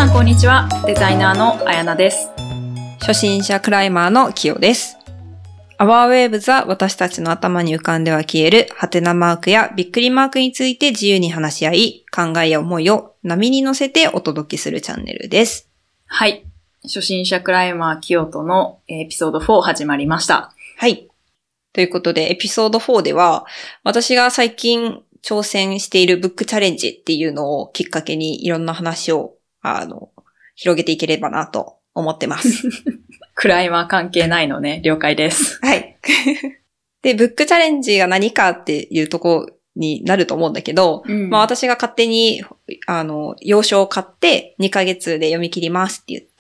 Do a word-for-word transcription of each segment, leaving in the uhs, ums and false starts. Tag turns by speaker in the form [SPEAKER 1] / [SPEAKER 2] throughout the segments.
[SPEAKER 1] さんこんにちは。デザイナーのあやなです。
[SPEAKER 2] 初心者クライマーのきよです。Our Waves は私たちの頭に浮かんでは消えるハテナマークやびっくりマークについて自由に話し合い、考えや思いを波に乗せてお届けするチャンネルです。
[SPEAKER 1] はい。初心者クライマーきよとのエピソードフォー始まりました。
[SPEAKER 2] はい。ということでエピソードフォーでは私が最近挑戦しているブックチャレンジっていうのをきっかけにいろんな話をあの広げていければなと思ってます。
[SPEAKER 1] クライマー関係ないのね、了解です。
[SPEAKER 2] はい。で、ブックチャレンジが何かっていうところになると思うんだけど、うん、まあ私が勝手に、あの、要所を買ってにかげつで読み切りますって言って、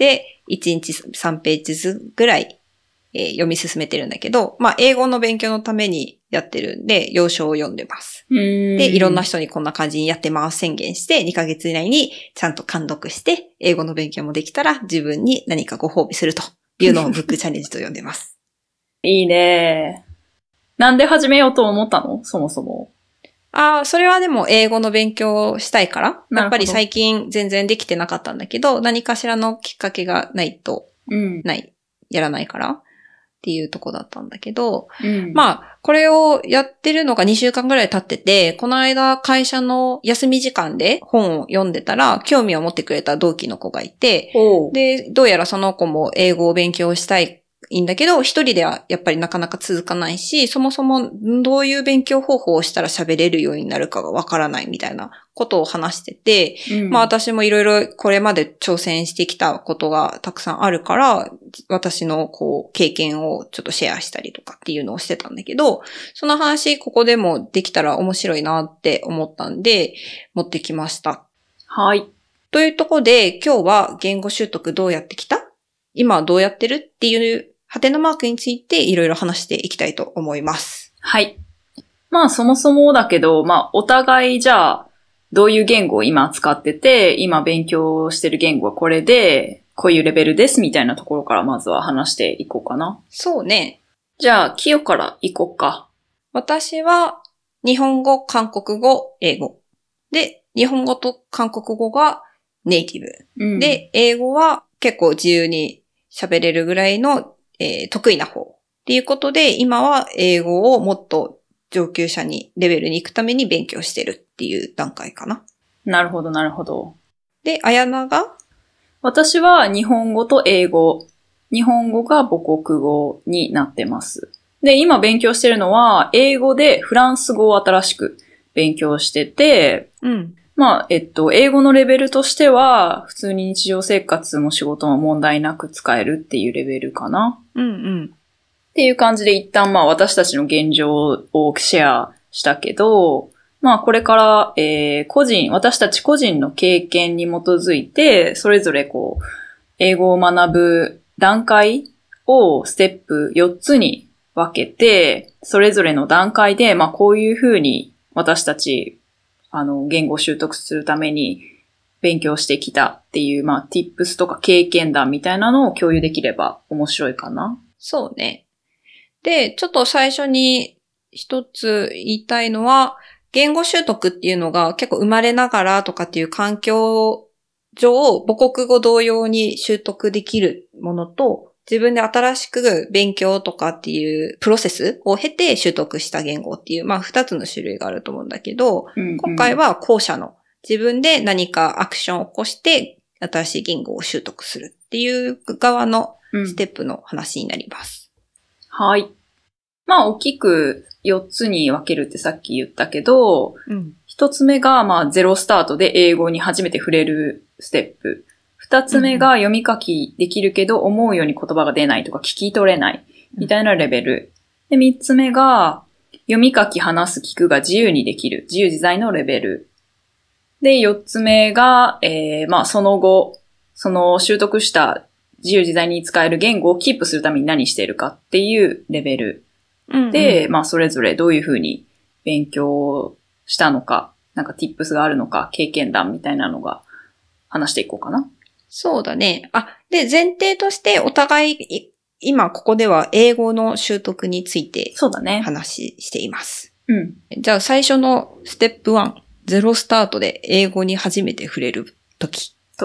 [SPEAKER 2] いちにちさんページずつぐらい、えー、読み進めてるんだけど、まあ英語の勉強のためにやってるんで、要所を読んでます。で、いろんな人にこんな感じにやってます宣言して、にかげつ以内にちゃんと完読して、英語の勉強もできたら自分に何かご褒美するというのをブックチャレンジと呼んでます。
[SPEAKER 1] いいね。なんで始めようと思ったの？そもそも。
[SPEAKER 2] ああ、それはでも英語の勉強をしたいから。やっぱり最近全然できてなかったんだけど、何かしらのきっかけがないと、うん、ない、やらないからっていうとこだったんだけど、うん、まあ、これをやってるのがにしゅうかんぐらい経ってて、この間会社の休み時間で本を読んでたら、興味を持ってくれた同期の子がいて、で、どうやらその子も英語を勉強したいいいんだけど、一人ではやっぱりなかなか続かないし、そもそもどういう勉強方法をしたら喋れるようになるかがわからないみたいなことを話してて、うん、まあ私もいろいろこれまで挑戦してきたことがたくさんあるから、私のこう経験をちょっとシェアしたりとかっていうのをしてたんだけど、その話ここでもできたら面白いなって思ったんで、持ってきました。
[SPEAKER 1] はい。
[SPEAKER 2] というところで今日は言語習得どうやってきた？今はどうやってるっていうハテナマークについていろいろ話していきたいと思います。
[SPEAKER 1] はい。まあそもそもだけど、まあお互いじゃあどういう言語を今使ってて、今勉強してる言語はこれで、こういうレベルですみたいなところからまずは話していこうかな。
[SPEAKER 2] そうね。
[SPEAKER 1] じゃあ、キヨからいこうか。
[SPEAKER 2] 私は日本語、韓国語、英語。で、日本語と韓国語がネイティブ。うん、で、英語は結構自由に喋れるぐらいのえー、得意な方っていうことで、今は英語をもっと上級者に、レベルに行くために勉強してるっていう段階かな。
[SPEAKER 1] なるほど、なるほど。
[SPEAKER 2] で、あやなが？
[SPEAKER 1] 私は日本語と英語。日本語が母国語になってます。で、今勉強してるのは、英語でフランス語を新しく勉強してて、うん。まあ、えっと、英語のレベルとしては、普通に日常生活も仕事も問題なく使えるっていうレベルかな。
[SPEAKER 2] うんうん。
[SPEAKER 1] っていう感じで一旦まあ私たちの現状をシェアしたけど、まあこれから、えー、個人、私たち個人の経験に基づいて、それぞれこう、英語を学ぶ段階をステップよっつに分けて、それぞれの段階で、まあこういうふうに私たちあの、言語を習得するために勉強してきたっていう、まあ、tips とか経験談みたいなのを共有できれば面白いかな。
[SPEAKER 2] そうね。で、ちょっと最初に一つ言いたいのは、言語習得っていうのが結構生まれながらとかっていう環境上、母国語同様に習得できるものと、自分で新しく勉強とかっていうプロセスを経て習得した言語っていう、まあ二つの種類があると思うんだけど、うんうん、今回は後者の自分で何かアクションを起こして新しい言語を習得するっていう側のステップの話になります。
[SPEAKER 1] うん、はい。まあ大きくよっつに分けるってさっき言ったけど、うん、ひとつめがまあゼロスタートで英語に初めて触れるステップ。二つ目が読み書きできるけど思うように言葉が出ないとか聞き取れないみたいなレベル。で、三つ目が読み書き話す聞くが自由にできる自由自在のレベル。で、四つ目が、えー、まあその後、その習得した自由自在に使える言語をキープするために何しているかっていうレベル。うんうん、で、まあそれぞれどういうふうに勉強したのか、なんか tips があるのか、経験談みたいなのが話していこうかな。
[SPEAKER 2] そうだね。あ、で、前提としてお互い、今ここでは英語の習得について
[SPEAKER 1] そうだね。
[SPEAKER 2] 話しています。
[SPEAKER 1] うん。
[SPEAKER 2] じゃあ最初のステップワン、ゼロスタートで英語に初めて触れるとき。
[SPEAKER 1] とき。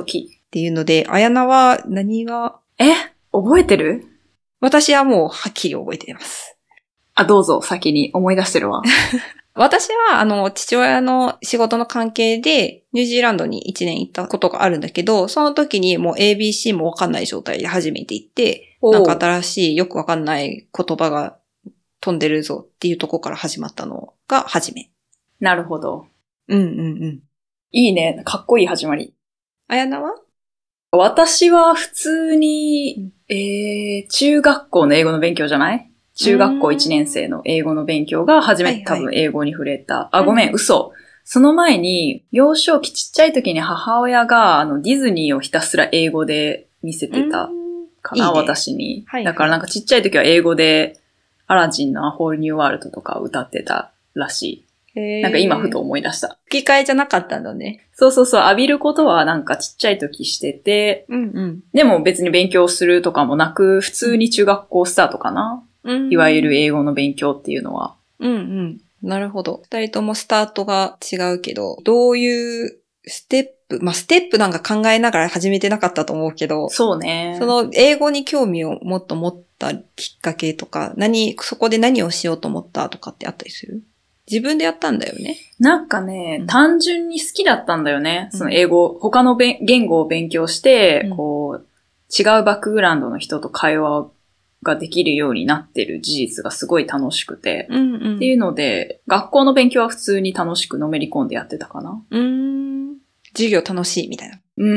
[SPEAKER 2] っていうので、あやなは何が
[SPEAKER 1] え覚えてる？
[SPEAKER 2] 私はもうはっきり覚えています。
[SPEAKER 1] あ、どうぞ先に思い出してるわ。
[SPEAKER 2] 私は、あの、父親の仕事の関係で、ニュージーランドにいちねん行ったことがあるんだけど、その時にもう エービーシー もわかんない状態で初めて行って、なんか新しいよくわかんない言葉が飛んでるぞっていうところから始まったのが初め。
[SPEAKER 1] なるほど。
[SPEAKER 2] うんうんうん。
[SPEAKER 1] いいね。かっこいい始まり。
[SPEAKER 2] あやなは？
[SPEAKER 1] 私は普通に、えー、中学校の英語の勉強じゃない？中学校いちねん生の英語の勉強が初めて多分英語に触れた。はいはい、あ、ごめん、嘘。その前に、幼少期ちっちゃい時に母親があのディズニーをひたすら英語で見せてたかな、いいね、私に、はいはい。だからなんかちっちゃい時は英語でアラジンのアホールニューワールドとか歌ってたらしい。なんか今ふと思い出した。
[SPEAKER 2] 吹き替えじゃなかったんだね。
[SPEAKER 1] そうそうそう、浴びることはなんかちっちゃい時してて、
[SPEAKER 2] うんうん、で
[SPEAKER 1] も別に勉強するとかもなく、普通に中学校スタートかな。いわゆる英語の勉強っていうのは。
[SPEAKER 2] うんうん。なるほど。二人ともスタートが違うけど、どういうステップ、まあ、ステップなんか考えながら始めてなかったと思うけど。
[SPEAKER 1] そうね。
[SPEAKER 2] その英語に興味をもっと持ったきっかけとか、何、そこで何をしようと思ったとかってあったりする？自分でやったんだよね。
[SPEAKER 1] なんかね、うん、単純に好きだったんだよね。その英語、うん、他の言語を勉強して、うん、こう、違うバックグラウンドの人と会話をができるようになってる事実がすごい楽しくて、
[SPEAKER 2] うんうん、
[SPEAKER 1] っていうので、学校の勉強は普通に楽しくのめり込んでやってたかな。
[SPEAKER 2] うーん。授業楽しいみたいな。
[SPEAKER 1] うん。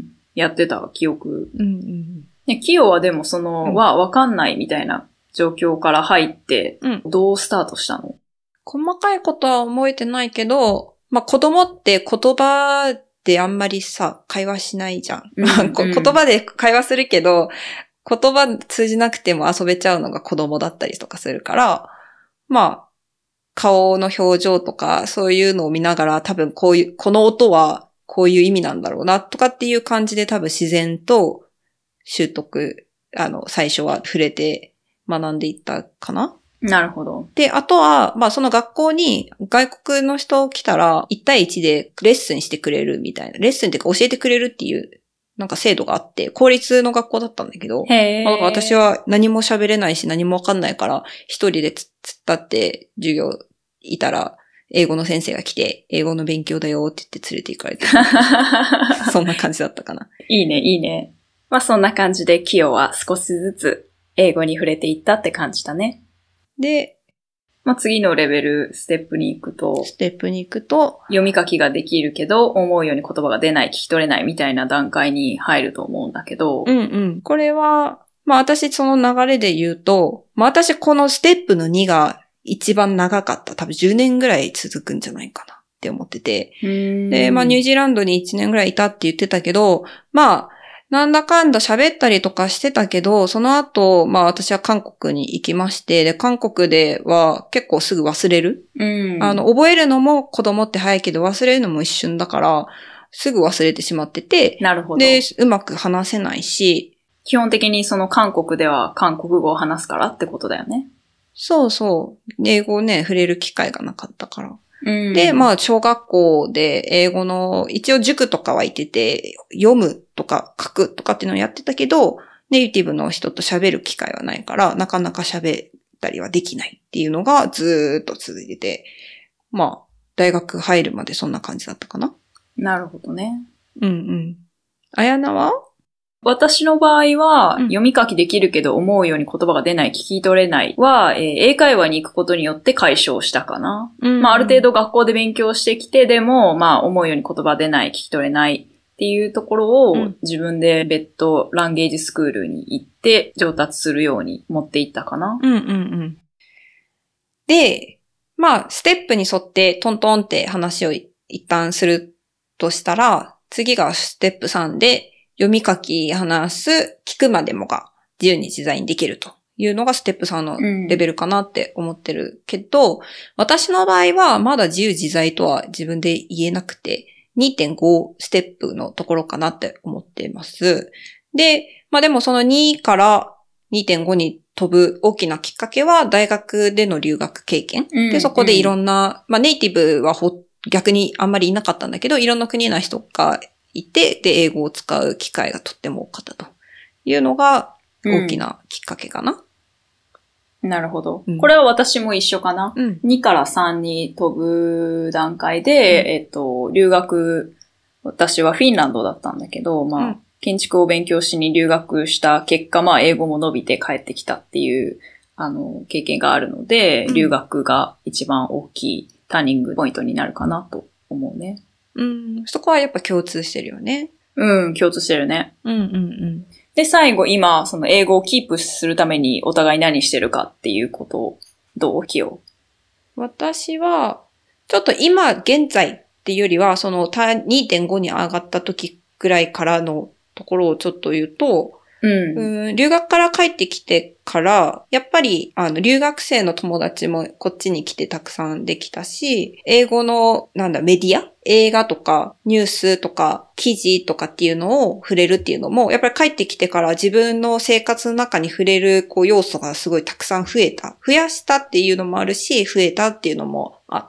[SPEAKER 1] やってた記憶。
[SPEAKER 2] うんうん、
[SPEAKER 1] ね、キヨはでもその、うん、はわかんないみたいな状況から入って、うん、どうスタートしたの？
[SPEAKER 2] 細かいことは覚えてないけど、まあ、子供って言葉であんまりさ、会話しないじゃん。うんうん、言葉で会話するけど、言葉通じなくても遊べちゃうのが子供だったりとかするから、まあ、顔の表情とかそういうのを見ながら多分こういう、この音はこういう意味なんだろうなとかっていう感じで多分自然と習得、あの、最初は触れて学んでいったかな。
[SPEAKER 1] なるほど。
[SPEAKER 2] で、あとは、まあその学校に外国の人来たらいち対いちでレッスンしてくれるみたいな。レッスンっていうか教えてくれるっていうなんか制度があって、公立の学校だったんだけど、
[SPEAKER 1] へー、
[SPEAKER 2] まあ、私は何も喋れないし何もわかんないから、一人でつ、つったって授業いたら、英語の先生が来て、英語の勉強だよって言って連れて行かれてそんな感じだったかな。
[SPEAKER 1] いいね、いいね。まあそんな感じでキヨは少しずつ英語に触れていったって感じだね。
[SPEAKER 2] で、
[SPEAKER 1] まあ、次のレベル、ステップに行くと、
[SPEAKER 2] ステップに行くと、
[SPEAKER 1] 読み書きができるけど、思うように言葉が出ない、聞き取れないみたいな段階に入ると思うんだけど。
[SPEAKER 2] うんうん。これは、まあ私その流れで言うと、まあ私このステップのにが一番長かった。多分じゅうねんぐらい続くんじゃないかなって思ってて。で、まあニュージーランドにいちねんぐらいいたって言ってたけど、まあ、なんだかんだ喋ったりとかしてたけど、その後、まあ私は韓国に行きまして、で、韓国では結構すぐ忘れる。
[SPEAKER 1] うん、
[SPEAKER 2] あの、覚えるのも子供って早いけど忘れるのも一瞬だから、すぐ忘れてしまってて。
[SPEAKER 1] なるほど。
[SPEAKER 2] で、うまく話せないし。
[SPEAKER 1] 基本的にその韓国では韓国語を話すからってことだよね。
[SPEAKER 2] そうそう。英語をね、触れる機会がなかったから。
[SPEAKER 1] うん、
[SPEAKER 2] で、まあ、小学校で英語の、一応塾とかは行ってて、読むとか書くとかっていうのをやってたけど、ネイティブの人と喋る機会はないから、なかなか喋ったりはできないっていうのがずーっと続いてて、まあ、大学入るまでそんな感じだったかな。
[SPEAKER 1] なるほどね。
[SPEAKER 2] うんうん。あやなは？
[SPEAKER 1] 私の場合は、うん、読み書きできるけど思うように言葉が出ない、聞き取れないは、えー、英会話に行くことによって解消したかな。
[SPEAKER 2] うんうん、
[SPEAKER 1] まあ、ある程度学校で勉強してきて、でも、まあ、思うように言葉出ない、聞き取れないっていうところを、うん、自分で別途ランゲージスクールに行って上達するように持っていったかな。
[SPEAKER 2] うんうんうん。で、まあ、ステップに沿ってトントンって話を一旦するとしたら、次がステップさんで、読み書き、話す、聞くまでもが自由に自在にできるというのがステップさんのレベルかなって思ってるけど、うん、私の場合はまだ自由自在とは自分で言えなくて、にてんご ステップのところかなって思っています。で、まあでもそのにから にてんご に飛ぶ大きなきっかけは大学での留学経験。うん、で、そこでいろんな、まあネイティブはほ逆にあんまりいなかったんだけど、いろんな国の人がいて、で、英語を使う機会がとっても多かったというのが大きなきっかけかな。
[SPEAKER 1] うん、なるほど、うん。これは私も一緒かな。うん、にからさんに飛ぶ段階で、うん、えっと、留学、私はフィンランドだったんだけど、まあ、うん、建築を勉強しに留学した結果、まあ、英語も伸びて帰ってきたっていう、あの、経験があるので、うん、留学が一番大きいターニングポイントになるかなと思うね。
[SPEAKER 2] うん、そこはやっぱ共通してるよね。
[SPEAKER 1] うん、共通してるね。
[SPEAKER 2] うんうんうん。
[SPEAKER 1] で、最後今、その英語をキープするためにお互い何してるかっていうことを、どうきよ
[SPEAKER 2] う？私は、ちょっと今現在っていうよりは、その にてんご に上がった時ぐらいからのところをちょっと言うと、うん、うん留学から帰ってきてから、やっぱり、あの、留学生の友達もこっちに来てたくさんできたし、英語の、なんだ、メディア映画とか、ニュースとか、記事とかっていうのを触れるっていうのも、やっぱり帰ってきてから自分の生活の中に触れる、こう、要素がすごいたくさん増えた。増やしたっていうのもあるし、増えたっていうのもあって、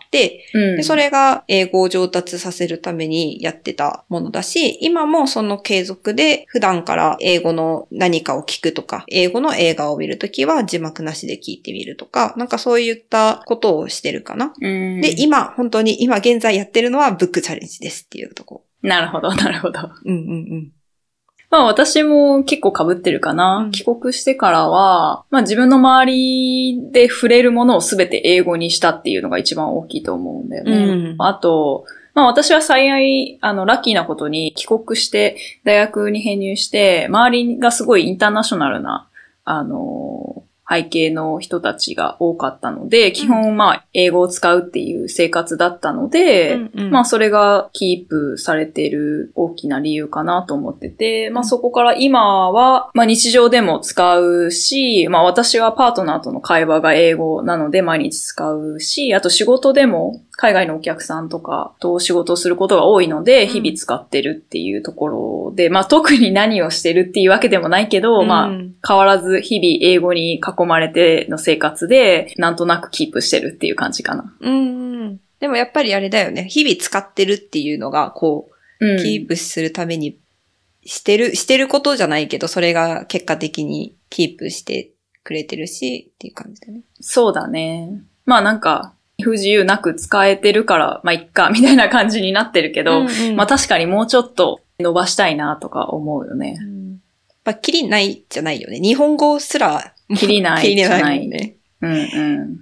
[SPEAKER 2] うん、でそれが英語を上達させるためにやってたものだし、今もその継続で普段から英語の何かを聞くとか、英語の映画を見るときは字幕なしで聞いてみるとか、なんかそういったことをしてるかな。うん、で、今、本当に今現在やってるのはブックチャレンジですっていうとこ。
[SPEAKER 1] なるほど、なるほど。
[SPEAKER 2] うんうんうん。
[SPEAKER 1] まあ私も結構被ってるかな、うん。帰国してからは、まあ自分の周りで触れるものをすべて英語にしたっていうのが一番大きいと思うんだよね。うん、あと、まあ私は幸い、あの、ラッキーなことに帰国して大学に編入して、周りがすごいインターナショナルな、あの、背景の人たちが多かったので、基本まあ英語を使うっていう生活だったので、うんうん、まあそれがキープされている大きな理由かなと思ってて、まあそこから今はまあ日常でも使うし、まあ私はパートナーとの会話が英語なので毎日使うし、あと仕事でも海外のお客さんとかと仕事をすることが多いので日々使ってるっていうところで、まあ特に何をしてるっていうわけでもないけど、うん、まあ変わらず日々英語に囲まれての生活で、なんとなくキープしてるっていう感じかな。
[SPEAKER 2] うん。でもやっぱりあれだよね。日々使ってるっていうのが、こう、うん、キープするためにしてる、してることじゃないけど、それが結果的にキープしてくれてるし、っていう感じだね。
[SPEAKER 1] そうだね。まあなんか、不自由なく使えてるから、まあいっか、みたいな感じになってるけど、うんうん、まあ確かにもうちょっと伸ばしたいなとか思うよね。うん、
[SPEAKER 2] まあ、キリないじゃないよね。日本語すら、
[SPEAKER 1] キリないじゃない。
[SPEAKER 2] ね。
[SPEAKER 1] うんうん。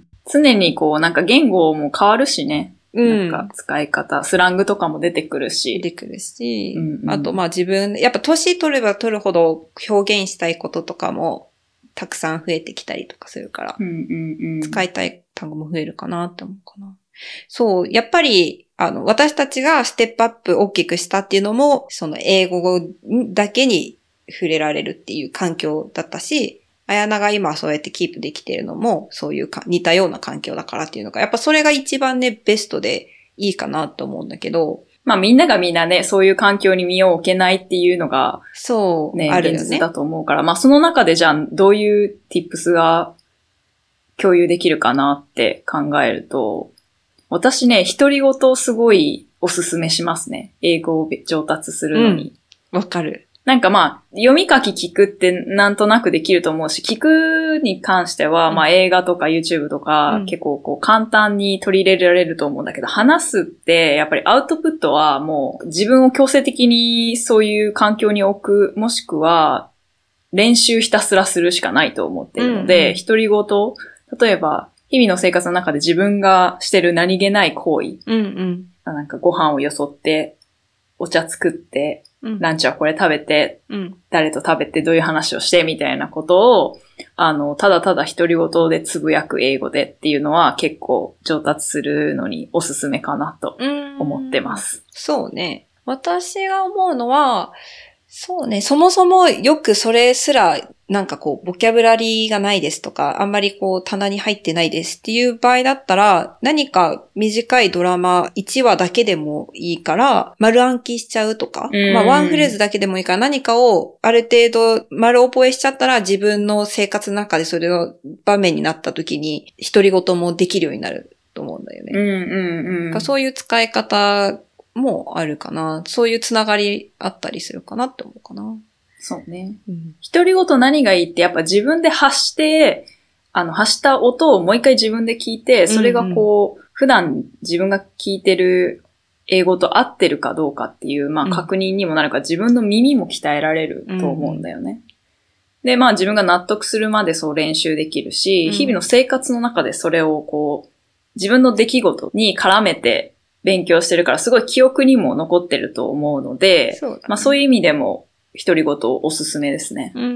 [SPEAKER 1] 常にこう、なんか言語も変わるしね。うん。なんか使い方、スラングとかも出てくるし。
[SPEAKER 2] 出てくるし。うんうん、あとまあ自分、やっぱ年取れば取るほど表現したいこととかもたくさん増えてきたりとかするから。うんうんうん、使いたい単語も増えるかなって思うかな。そう、やっぱり、あの、私たちがステップアップ大きくしたっていうのも、その英語だけに触れられるっていう環境だったし、あやなが今そうやってキープできてるのも、そういうか似たような環境だからっていうのが、やっぱそれが一番ね、ベストでいいかなと思うんだけど。
[SPEAKER 1] まあみんながみんなね、そういう環境に身を置けないっていうのが、
[SPEAKER 2] そう、
[SPEAKER 1] ね、あるよね。現実だと思うから、まあその中でじゃあどういう tips が共有できるかなって考えると、私ね、独り言をすごいおすすめしますね。英語を上達するのに。
[SPEAKER 2] わ、うん、かる。
[SPEAKER 1] なんかまあ、読み書き聞くってなんとなくできると思うし、聞くに関しては、うん、まあ映画とか YouTube とか、うん、結構こう簡単に取り入れられると思うんだけど、話すってやっぱりアウトプットはもう自分を強制的にそういう環境に置く、もしくは練習ひたすらするしかないと思っているので、独り言、例えば日々の生活の中で自分がしてる何気ない行為、うんうん、なんかご飯をよそって、お茶作って、うん、ランチはこれ食べて、うん、誰と食べてどういう話をしてみたいなことを、あの、ただただ独り言でつぶやく英語でっていうのは結構上達するのにおすすめかなと思ってます。
[SPEAKER 2] そうね。私が思うのは、そうね、そもそもよくそれすらなんかこう、ボキャブラリーがないですとか、あんまりこう、棚に入ってないですっていう場合だったら、何か短いドラマいちわだけでもいいから、丸暗記しちゃうとか、まあワンフレーズだけでもいいから何かをある程度丸覚えしちゃったら自分の生活の中でそれの場面になった時に、独り言もできるようになると思うんだよね。うんうんうん、そういう使い方もあるかな。そういうつながりあったりするかなって思うかな。
[SPEAKER 1] そうね。うん、独り言何がいいってやっぱ自分で発して、あの、発した音をもう一回自分で聞いて、それがこう、うんうん、普段自分が聞いてる英語と合ってるかどうかっていう、まあ確認にもなるから、自分の耳も鍛えられると思うんだよね。うんうん、で、まあ自分が納得するまでそう練習できるし、うん、日々の生活の中でそれをこう、自分の出来事に絡めて勉強してるから、すごい記憶にも残ってると思うので、そうだね、まあそういう意味でも、独り言おすすめですね。
[SPEAKER 2] うん。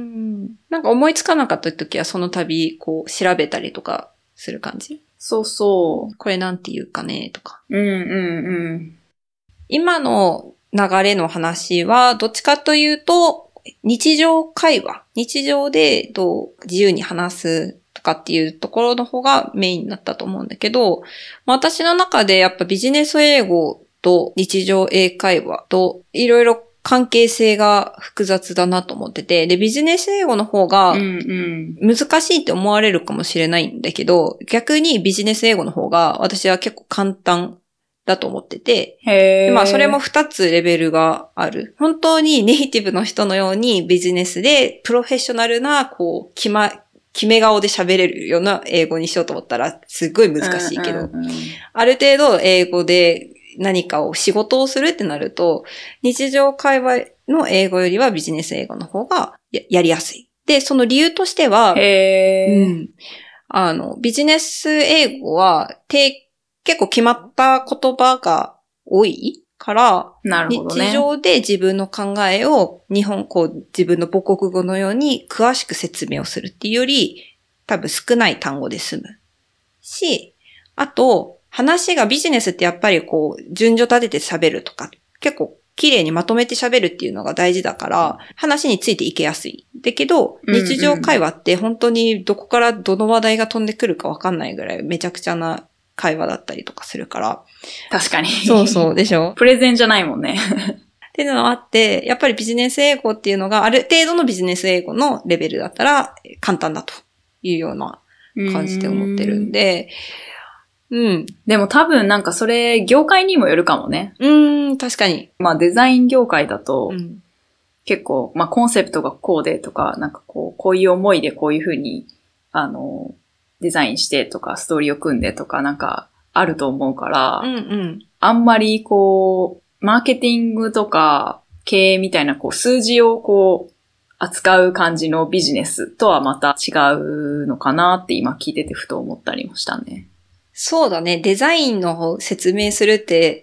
[SPEAKER 2] なんか思いつかなかった時はその度こう調べたりとかする感じ？
[SPEAKER 1] そうそう。
[SPEAKER 2] これなんて言うかねとか。
[SPEAKER 1] うんうんうん。
[SPEAKER 2] 今の流れの話はどっちかというと日常会話、日常でどう自由に話すとかっていうところの方がメインになったと思うんだけど、私の中でやっぱビジネス英語と日常英会話といろいろ関係性が複雑だなと思ってて、で、ビジネス英語の方が難しいって思われるかもしれないんだけど、逆にビジネス英語の方が私は結構簡単だと思ってて、
[SPEAKER 1] へ
[SPEAKER 2] でまあそれも二つレベルがある。本当にネイティブの人のようにビジネスでプロフェッショナルな、こう、決ま、決め顔で喋れるような英語にしようと思ったらすっごい難しいけど、
[SPEAKER 1] うんうんうん、
[SPEAKER 2] ある程度英語で何かを仕事をするってなると、日常会話の英語よりはビジネス英語の方が や, やりやすい。で、その理由としては、
[SPEAKER 1] へー、
[SPEAKER 2] うん、あの、ビジネス英語はて結構決まった言葉が多いから、
[SPEAKER 1] なるほどね、
[SPEAKER 2] 日常で自分の考えを日本語、自分の母国語のように詳しく説明をするっていうより、多分少ない単語で済むし、あと、話がビジネスってやっぱりこう、順序立てて喋るとか、結構綺麗にまとめて喋るっていうのが大事だから、話についていけやすい。だけど、日常会話って本当にどこからどの話題が飛んでくるかわかんないぐらいめちゃくちゃな会話だったりとかするから。
[SPEAKER 1] 確かに。
[SPEAKER 2] そうそうでしょ。
[SPEAKER 1] プレゼンじゃないもんね。
[SPEAKER 2] っていうのがあって、やっぱりビジネス英語っていうのがある程度のビジネス英語のレベルだったら簡単だというような感じで思ってるんで、うん。
[SPEAKER 1] でも多分なんかそれ業界にもよるかもね。
[SPEAKER 2] うーん、確かに。
[SPEAKER 1] まあデザイン業界だと、
[SPEAKER 2] うん、
[SPEAKER 1] 結構、まあコンセプトがこうでとか、なんかこう、こういう思いでこういうふうに、あの、デザインしてとか、ストーリーを組んでとかなんかあると思うから、
[SPEAKER 2] うんうん、
[SPEAKER 1] あんまりこう、マーケティングとか経営みたいなこう数字をこう、扱う感じのビジネスとはまた違うのかなって今聞いててふと思ったりもしたね。
[SPEAKER 2] そうだね。デザインの説明するって、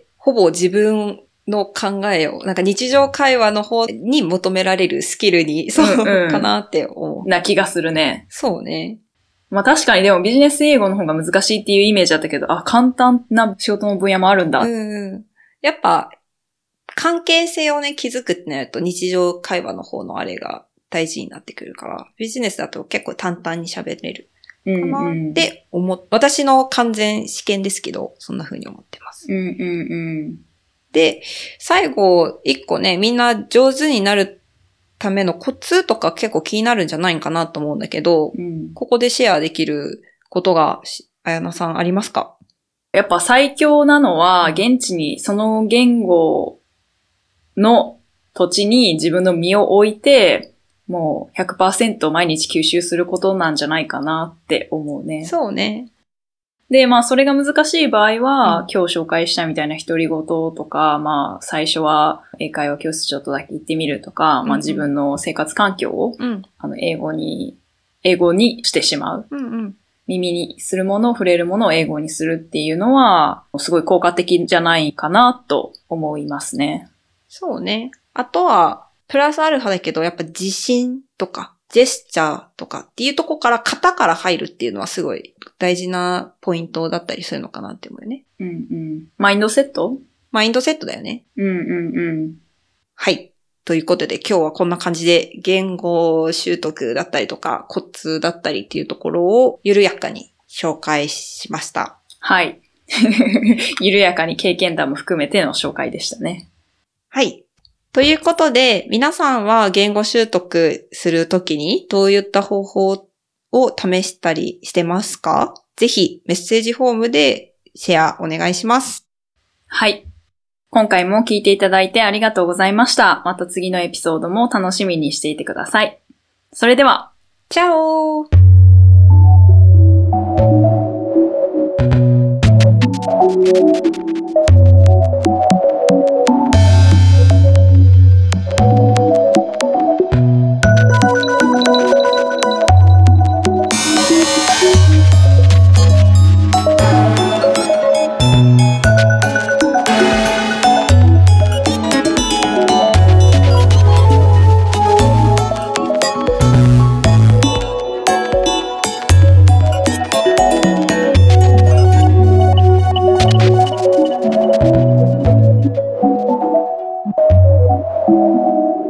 [SPEAKER 2] ほぼ自分の考えを、なんか日常会話の方に求められるスキルに、そう、うんうん、かなって思う。
[SPEAKER 1] な気がするね。
[SPEAKER 2] そうね。
[SPEAKER 1] まあ確かにでもビジネス英語の方が難しいっていうイメージだったけど、あ、簡単な仕事の分野もあるんだ。
[SPEAKER 2] うん。やっぱ、関係性をね、築くってなると日常会話の方のあれが大事になってくるから、ビジネスだと結構淡々に喋れる。かなって思っ、うんうん、私の完全試験ですけど、そんな風に思ってます。
[SPEAKER 1] うんうんうん、
[SPEAKER 2] で、最後、一個ね、みんな上手になるためのコツとか結構気になるんじゃないかなと思うんだけど、うん、ここでシェアできることが、綾菜さんありますか？
[SPEAKER 1] やっぱ最強なのは、現地に、その言語の土地に自分の身を置いて、もう ひゃくパーセント 毎日吸収することなんじゃないかなって思うね。
[SPEAKER 2] そうね。
[SPEAKER 1] で、まあそれが難しい場合は、うん、今日紹介したみたいな独り言とか、まあ最初は英会話教室ちょっとだけ行ってみるとか、うんうん、まあ自分の生活環境を、うん、あの英語に、英語にしてしまう。
[SPEAKER 2] うんうん、
[SPEAKER 1] 耳にするもの、触れるものを英語にするっていうのは、すごい効果的じゃないかなと思いますね。
[SPEAKER 2] そうね。あとは、プラスアルファだけど、やっぱ自信とか、ジェスチャーとかっていうとこから型から入るっていうのはすごい大事なポイントだったりするのかなって思うよね。
[SPEAKER 1] うんうん。マインドセット？
[SPEAKER 2] マインドセットだよね。
[SPEAKER 1] うんうんうん。
[SPEAKER 2] はい。ということで今日はこんな感じで言語習得だったりとかコツだったりっていうところを緩やかに紹介しました。
[SPEAKER 1] はい。緩やかに経験談も含めての紹介でしたね。
[SPEAKER 2] はい。ということで、皆さんは言語習得するときにどういった方法を試したりしてますか？ぜひメッセージフォームでシェアお願いします。
[SPEAKER 1] はい。 今回も聞いていただいてありがとうございました。また次のエピソードも楽しみにしていてください。それでは、
[SPEAKER 2] チャオー